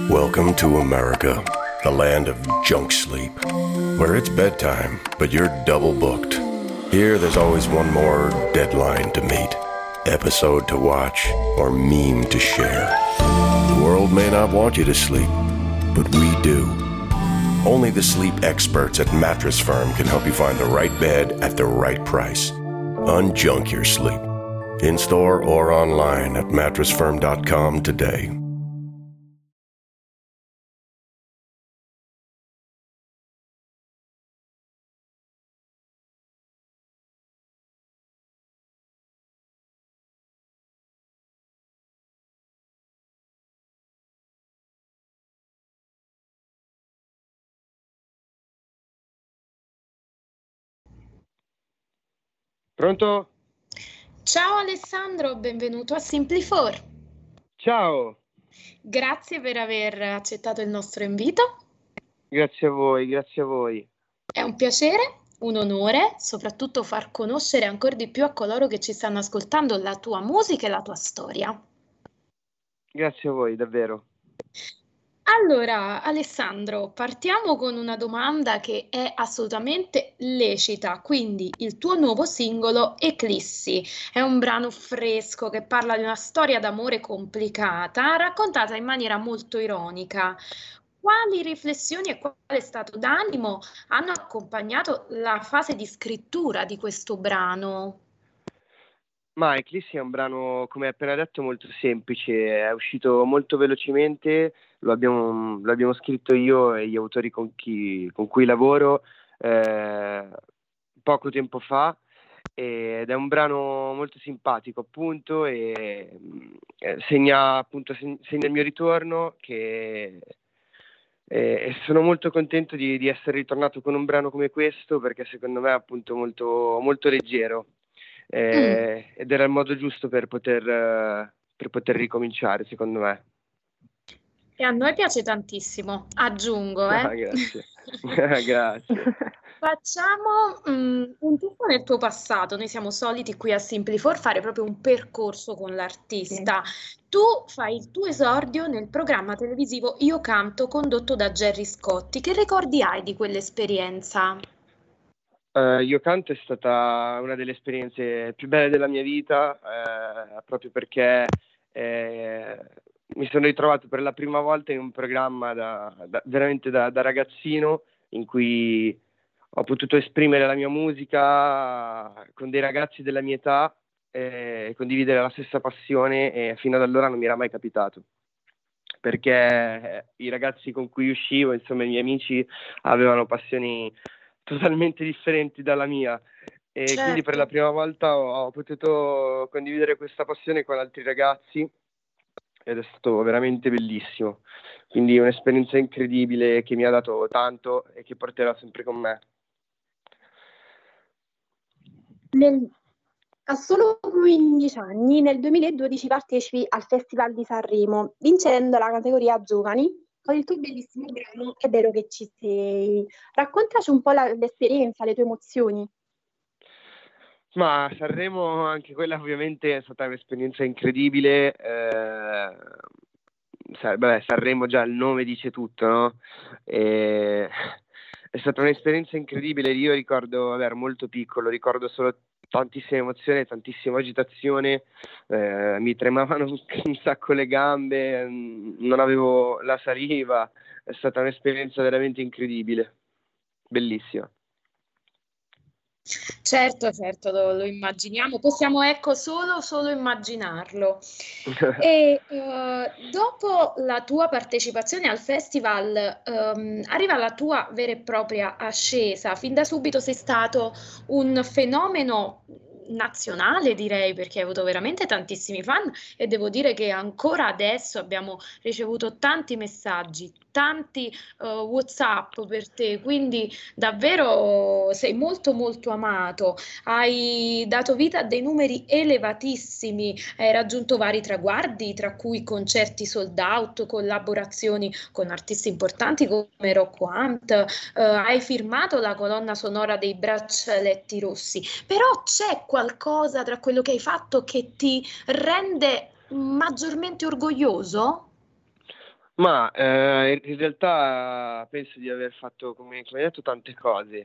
Welcome to America, the land of junk sleep, where it's bedtime, but you're double booked. Here, there's always one more deadline to meet, episode to watch, or meme to share. The world may not want you to sleep, but we do. Only the sleep experts at Mattress Firm can help you find the right bed at the right price. Unjunk your sleep. In store or online at mattressfirm.com today. Pronto? Ciao Alessandro, benvenuto a Simply4. Ciao, Grazie per aver accettato il nostro invito. grazie a voi, grazie a voi. È un piacere, un onore, soprattutto far conoscere ancora di più a coloro che ci stanno ascoltando la tua musica e la tua storia. Grazie a voi, davvero. Allora, Alessandro, partiamo con una domanda che è assolutamente lecita. Quindi, il tuo nuovo singolo Eclissi è un brano fresco che parla di una storia d'amore complicata, raccontata in maniera molto ironica. Quali riflessioni e quale stato d'animo hanno accompagnato la fase di scrittura di questo brano? Ma Eclissi è un brano, come hai appena detto, molto semplice, è uscito molto velocemente, l'abbiamo scritto io e gli autori con cui lavoro poco tempo fa, ed è un brano molto simpatico appunto e segna il mio ritorno e sono molto contento di essere ritornato con un brano come questo, perché secondo me è appunto molto, molto leggero. Ed era il modo giusto per poter ricominciare, secondo me. E a noi piace tantissimo, aggiungo, Ah, grazie. Grazie. Facciamo un tuffo nel tuo passato. Noi siamo soliti qui a Simply4 fare proprio un percorso con l'artista. Tu fai il tuo esordio nel programma televisivo Io Canto condotto da Gerry Scotti. Che ricordi hai di quell'esperienza? Io canto è stata una delle esperienze più belle della mia vita, proprio perché mi sono ritrovato per la prima volta in un programma veramente da ragazzino, in cui ho potuto esprimere la mia musica con dei ragazzi della mia età e condividere la stessa passione, e fino ad allora non mi era mai capitato, perché i ragazzi con cui uscivo, insomma i miei amici, avevano passioni totalmente differenti dalla mia, e quindi per la prima volta ho potuto condividere questa passione con altri ragazzi ed è stato veramente bellissimo, quindi un'esperienza incredibile che mi ha dato tanto e che porterò sempre con me. A solo 15 anni, nel 2012 partecipi al Festival di Sanremo, vincendo la categoria Giovani con il tuo bellissimo brano È vero che ci sei. Raccontaci un po' l'esperienza, le tue emozioni. Ma Sanremo, anche quella ovviamente è stata un'esperienza incredibile. Sanremo, già il nome dice tutto, no? È stata un'esperienza incredibile. Io ricordo, ero molto piccolo, ricordo solo tantissime emozioni, tantissima agitazione, mi tremavano un sacco le gambe, non avevo la saliva. È stata un'esperienza veramente incredibile, bellissima. Certo, lo immaginiamo, possiamo ecco solo immaginarlo. E dopo la tua partecipazione al festival arriva la tua vera e propria ascesa. Fin da subito sei stato un fenomeno nazionale, direi, perché hai avuto veramente tantissimi fan e devo dire che ancora adesso abbiamo ricevuto tanti messaggi, tanti WhatsApp per te, quindi davvero sei molto molto amato, hai dato vita a dei numeri elevatissimi, hai raggiunto vari traguardi, tra cui concerti sold out, collaborazioni con artisti importanti come Rocco Hunt, hai firmato la colonna sonora dei Braccialetti Rossi, però c'è qualcosa tra quello che hai fatto che ti rende maggiormente orgoglioso? Ma in realtà penso di aver fatto, come hai detto, tante cose.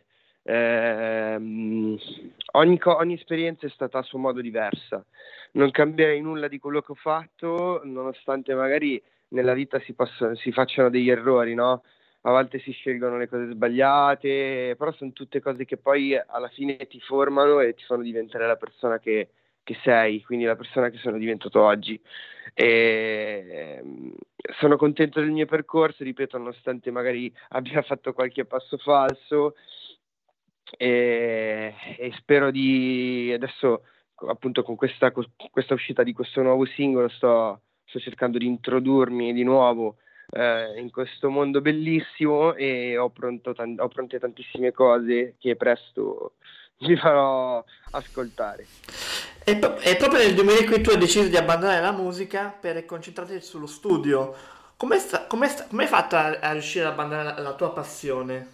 Ogni esperienza è stata a suo modo diversa. Non cambierei nulla di quello che ho fatto, nonostante magari nella vita si facciano degli errori, no? A volte si scelgono le cose sbagliate, però sono tutte cose che poi alla fine ti formano e ti fanno diventare la persona che sei, quindi la persona che sono diventato oggi. E sono contento del mio percorso, ripeto, nonostante magari abbia fatto qualche passo falso, e spero di adesso, appunto, con questa uscita di questo nuovo singolo, sto cercando di introdurmi di nuovo in questo mondo bellissimo, e ho pronte tantissime cose che presto vi farò ascoltare. E proprio nel 2000 qui tu hai deciso di abbandonare la musica per concentrarti sullo studio. Come hai fatto a riuscire ad abbandonare la tua passione?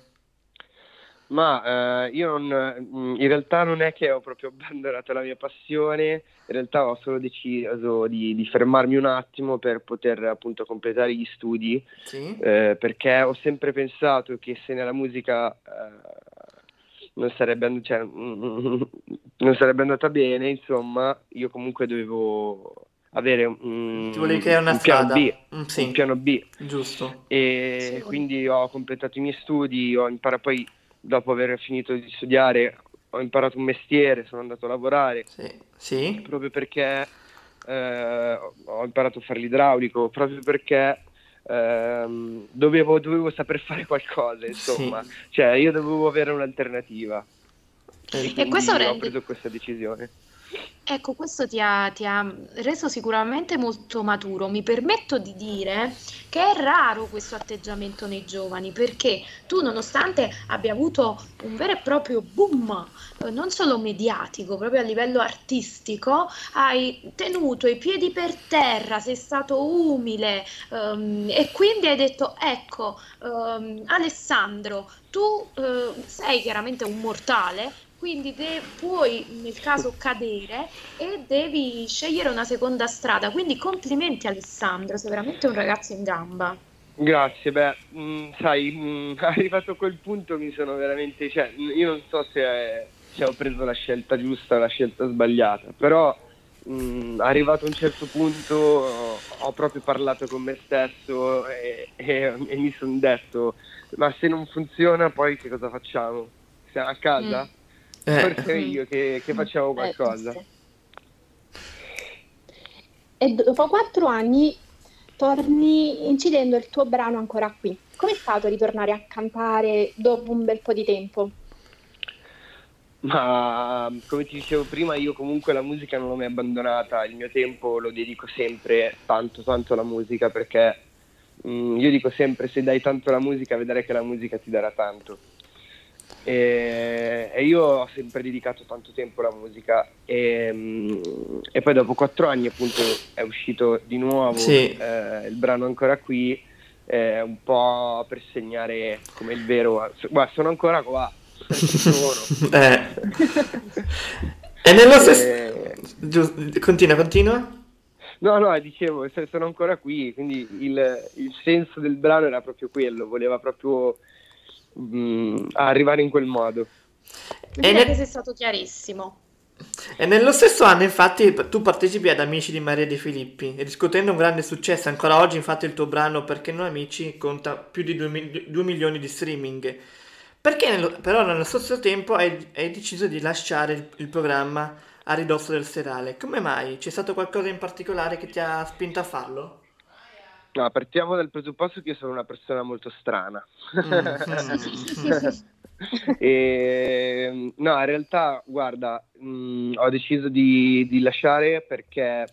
Ma io in realtà non è che ho proprio abbandonato la mia passione, in realtà ho solo deciso di fermarmi un attimo per poter appunto completare gli studi, Sì? perché ho sempre pensato che se nella musica non sarebbe, cioè, non sarebbe andata bene, insomma, io comunque dovevo avere Ti volevi creare una un piano B, strada? un Sì, piano B. giusto. E Sì. quindi ho completato i miei studi, ho imparato poi, dopo aver finito di studiare, ho imparato un mestiere, sono andato a lavorare, Sì, sì, proprio perché ho imparato a fare l'idraulico, proprio perché dovevo saper fare qualcosa, insomma, sì. cioè io dovevo avere un'alternativa, e E questo quindi ho rende, preso questa decisione. ecco, questo ti ha reso sicuramente molto maturo. Mi permetto di dire che è raro questo atteggiamento nei giovani, perché tu, nonostante abbia avuto un vero e proprio boom, non solo mediatico, proprio a livello artistico, hai tenuto i piedi per terra, sei stato umile, e quindi hai detto, ecco, Alessandro, tu sei chiaramente un mortale, quindi puoi nel caso cadere e devi scegliere una seconda strada. Quindi complimenti Alessandro, sei veramente un ragazzo in gamba. Grazie, beh, sai, arrivato a quel punto mi sono veramente, cioè, io non so se ho preso la scelta giusta o la scelta sbagliata, però arrivato a un certo punto ho proprio parlato con me stesso, e mi sono detto, ma se non funziona poi che cosa facciamo? Siamo a Mm, casa? Eh, Forse è mm. meglio che facciamo qualcosa. Sì. E dopo 4 anni torni incidendo il tuo brano ancora qui. Com'è stato ritornare a cantare dopo un bel po' di tempo? Ma come ti dicevo prima, io comunque la musica non l'ho mai abbandonata, il mio tempo lo dedico sempre tanto tanto alla musica, perché io dico sempre, se dai tanto alla musica vedrai che la musica ti darà tanto. E io ho sempre dedicato tanto tempo alla musica, e poi dopo 4 anni appunto è uscito di nuovo sì. il brano Ancora Qui, un po' per segnare come il vero, guarda, sono ancora qua. Sono. Eh. E nello stesso... Eh, Continua. no, dicevo, sono ancora qui, quindi il senso del brano era proprio quello, voleva proprio arrivare in quel modo. E, Direi che ne- sei stato chiarissimo. e nello stesso anno, infatti, tu partecipi ad Amici di Maria De Filippi, riscuotendo un grande successo. Ancora oggi, infatti, il tuo brano Perché noi amici conta più di 2 milioni di streaming. Però nello stesso tempo hai deciso di lasciare il programma a ridosso del serale. Come mai? C'è stato qualcosa in particolare che ti ha spinto a farlo? No, partiamo dal presupposto che io sono una persona molto strana. Mhm. No, in realtà, guarda, ho deciso di lasciare perché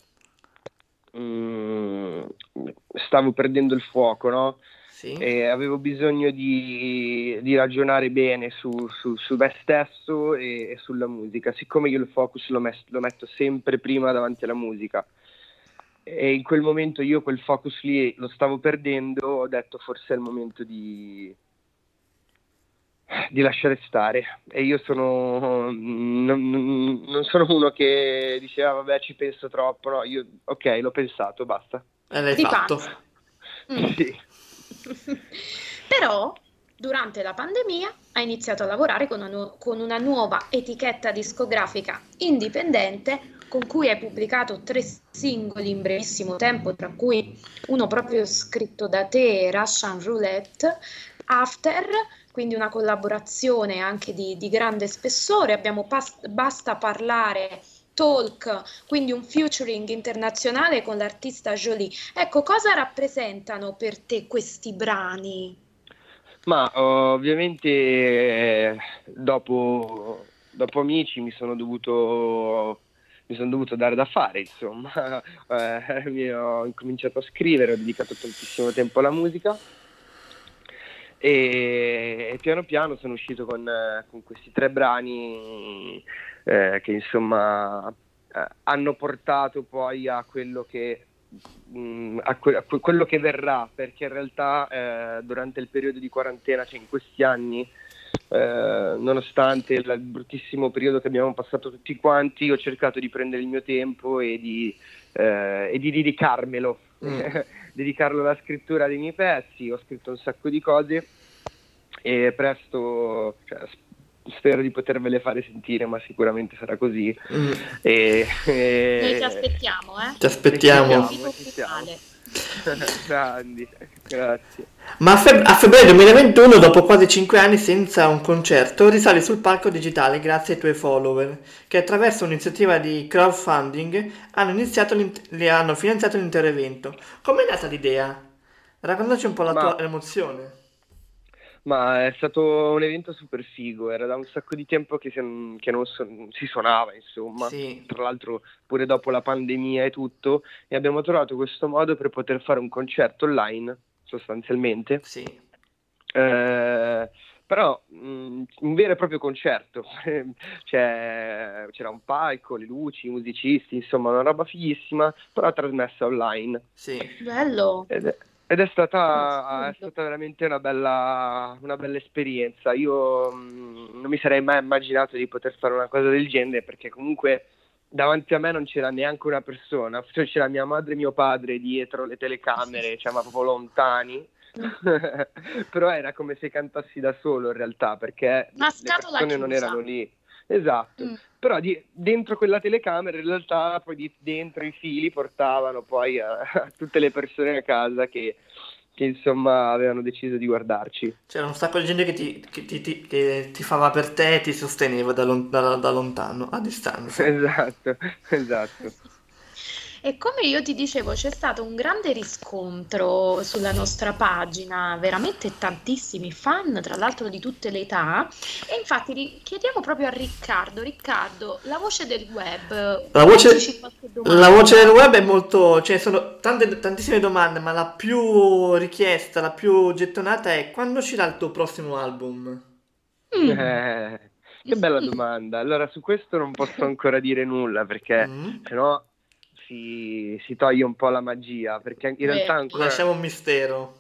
stavo perdendo il fuoco, no? Sì, E avevo bisogno di ragionare bene su me stesso e sulla musica, siccome io il focus lo metto sempre prima davanti alla musica, e in quel momento io quel focus lì lo stavo perdendo, ho detto forse è il momento di lasciare stare. E io non sono uno che diceva vabbè, ci penso troppo, no, io ok, l'ho pensato, basta. e l'hai Di fatto. pazzo. Mm. Sì. Però durante la pandemia ha iniziato a lavorare con una nuova etichetta discografica indipendente con cui hai pubblicato 3 singoli in brevissimo tempo, tra cui uno proprio scritto da te, Russian Roulette, After, quindi una collaborazione anche di grande spessore. Abbiamo Basta parlare, Talk, quindi un featuring internazionale con l'artista Jolie. Ecco, cosa rappresentano per te questi brani? Ma ovviamente dopo Amici mi sono dovuto dare da fare, insomma. Ho incominciato a scrivere, ho dedicato tantissimo tempo alla musica e piano piano sono uscito con questi 3 brani che insomma hanno portato poi a quello che quello che verrà, perché in realtà durante il periodo di quarantena, cioè in questi anni, nonostante il bruttissimo periodo che abbiamo passato tutti quanti, ho cercato di prendere il mio tempo e di dedicarmelo, dedicarlo alla scrittura dei miei pezzi. Ho scritto un sacco di cose e presto, cioè, spero di potervele fare sentire, ma sicuramente sarà così. Noi ti aspettiamo, Ti aspettiamo. Grandi, grazie. Ma a febbraio 2021, dopo quasi 5 anni senza un concerto, risali sul palco digitale grazie ai tuoi follower, che attraverso un'iniziativa di crowdfunding hanno finanziato l'intero evento. Com'è nata l'idea? Raccontaci un po' la tua emozione. Ma è stato un evento super figo, era da un sacco di tempo che non si suonava, insomma, Sì. Tra l'altro pure dopo la pandemia e tutto, e abbiamo trovato questo modo per poter fare un concerto online, sostanzialmente. Sì. Però un vero e proprio concerto, c'era un palco, le luci, i musicisti, insomma una roba fighissima, però trasmessa online. Sì. Bello. Ed è stata veramente una bella esperienza. Io non mi sarei mai immaginato di poter fare una cosa del genere, perché comunque davanti a me non c'era neanche una persona, cioè c'era mia madre e mio padre dietro le telecamere, cioè ma proprio lontani. Però era come se cantassi da solo in realtà, perché Una le scatola persone non chiusa. erano lì. Esatto. Però dentro quella telecamera in realtà poi dentro i fili portavano poi a tutte le persone a casa che insomma avevano deciso di guardarci. C'era un sacco di gente che ti fava per te e ti sosteneva da lontano, a distanza. Esatto. E come io ti dicevo, c'è stato un grande riscontro sulla nostra pagina, veramente tantissimi fan, tra l'altro di tutte le età. E infatti chiediamo proprio a Riccardo, la voce del web, La voce mettici qualche domanda. La voce del web è molto, cioè sono tantissime domande, ma la più richiesta, la più gettonata è: quando uscirà il tuo prossimo album? Che bella domanda. Allora, su questo non posso ancora dire nulla, perché sennò si toglie un po' la magia, perché in realtà ancora... Lasciamo un mistero.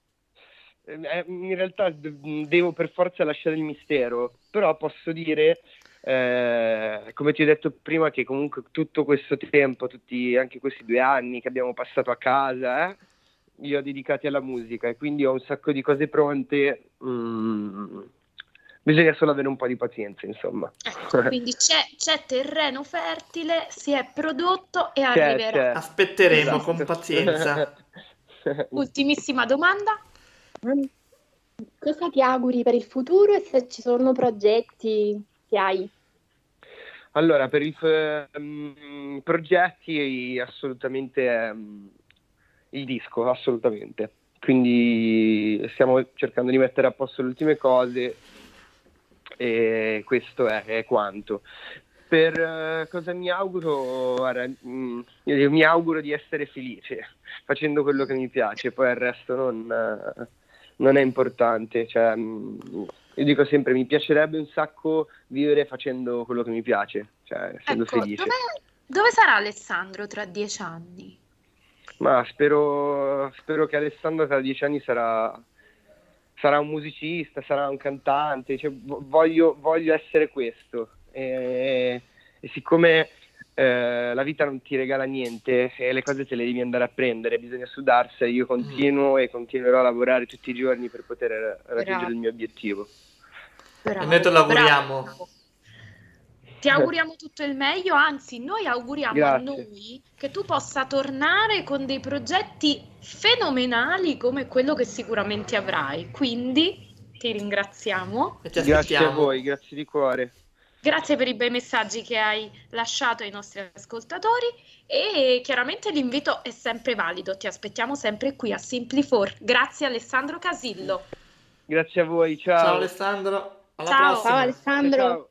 In realtà devo per forza lasciare il mistero, però posso dire, come ti ho detto prima, che comunque tutto questo tempo, anche questi 2 anni che abbiamo passato a casa, li ho dedicati alla musica, e quindi ho un sacco di cose pronte. Bisogna solo avere un po' di pazienza, insomma. Ecco, quindi c'è terreno fertile, si è prodotto e arriverà. C'è. Aspetteremo con pazienza. Ultimissima domanda. Cosa ti auguri per il futuro e se ci sono progetti che hai? Allora, per i progetti assolutamente il disco, assolutamente. Quindi stiamo cercando di mettere a posto le ultime cose e questo è quanto. Per cosa mi auguro? Guarda, io mi auguro di essere felice facendo quello che mi piace, poi il resto non è importante. Cioè, io dico sempre, mi piacerebbe un sacco vivere facendo quello che mi piace, cioè essendo felice. Dove sarà Alessandro tra 10 anni? Ma spero che Alessandro tra 10 anni sarà un musicista, sarà un cantante, cioè, voglio essere questo. E siccome la vita non ti regala niente e le cose te le devi andare a prendere, bisogna sudarsene. Io continuo e continuerò a lavorare tutti i giorni per poter raggiungere il mio obiettivo. E noi te lo auguriamo. Bravo. Ti auguriamo tutto il meglio, anzi noi auguriamo a noi che tu possa tornare con dei progetti fenomenali come quello che sicuramente avrai, quindi ti ringraziamo. E ti Grazie a aspettiamo. voi, grazie di cuore. Grazie per i bei messaggi che hai lasciato ai nostri ascoltatori e chiaramente l'invito è sempre valido, ti aspettiamo sempre qui a Simply4. Grazie Alessandro Casillo. Grazie a voi, ciao. Ciao Alessandro, alla Ciao. prossima. Ciao Alessandro. Ciao.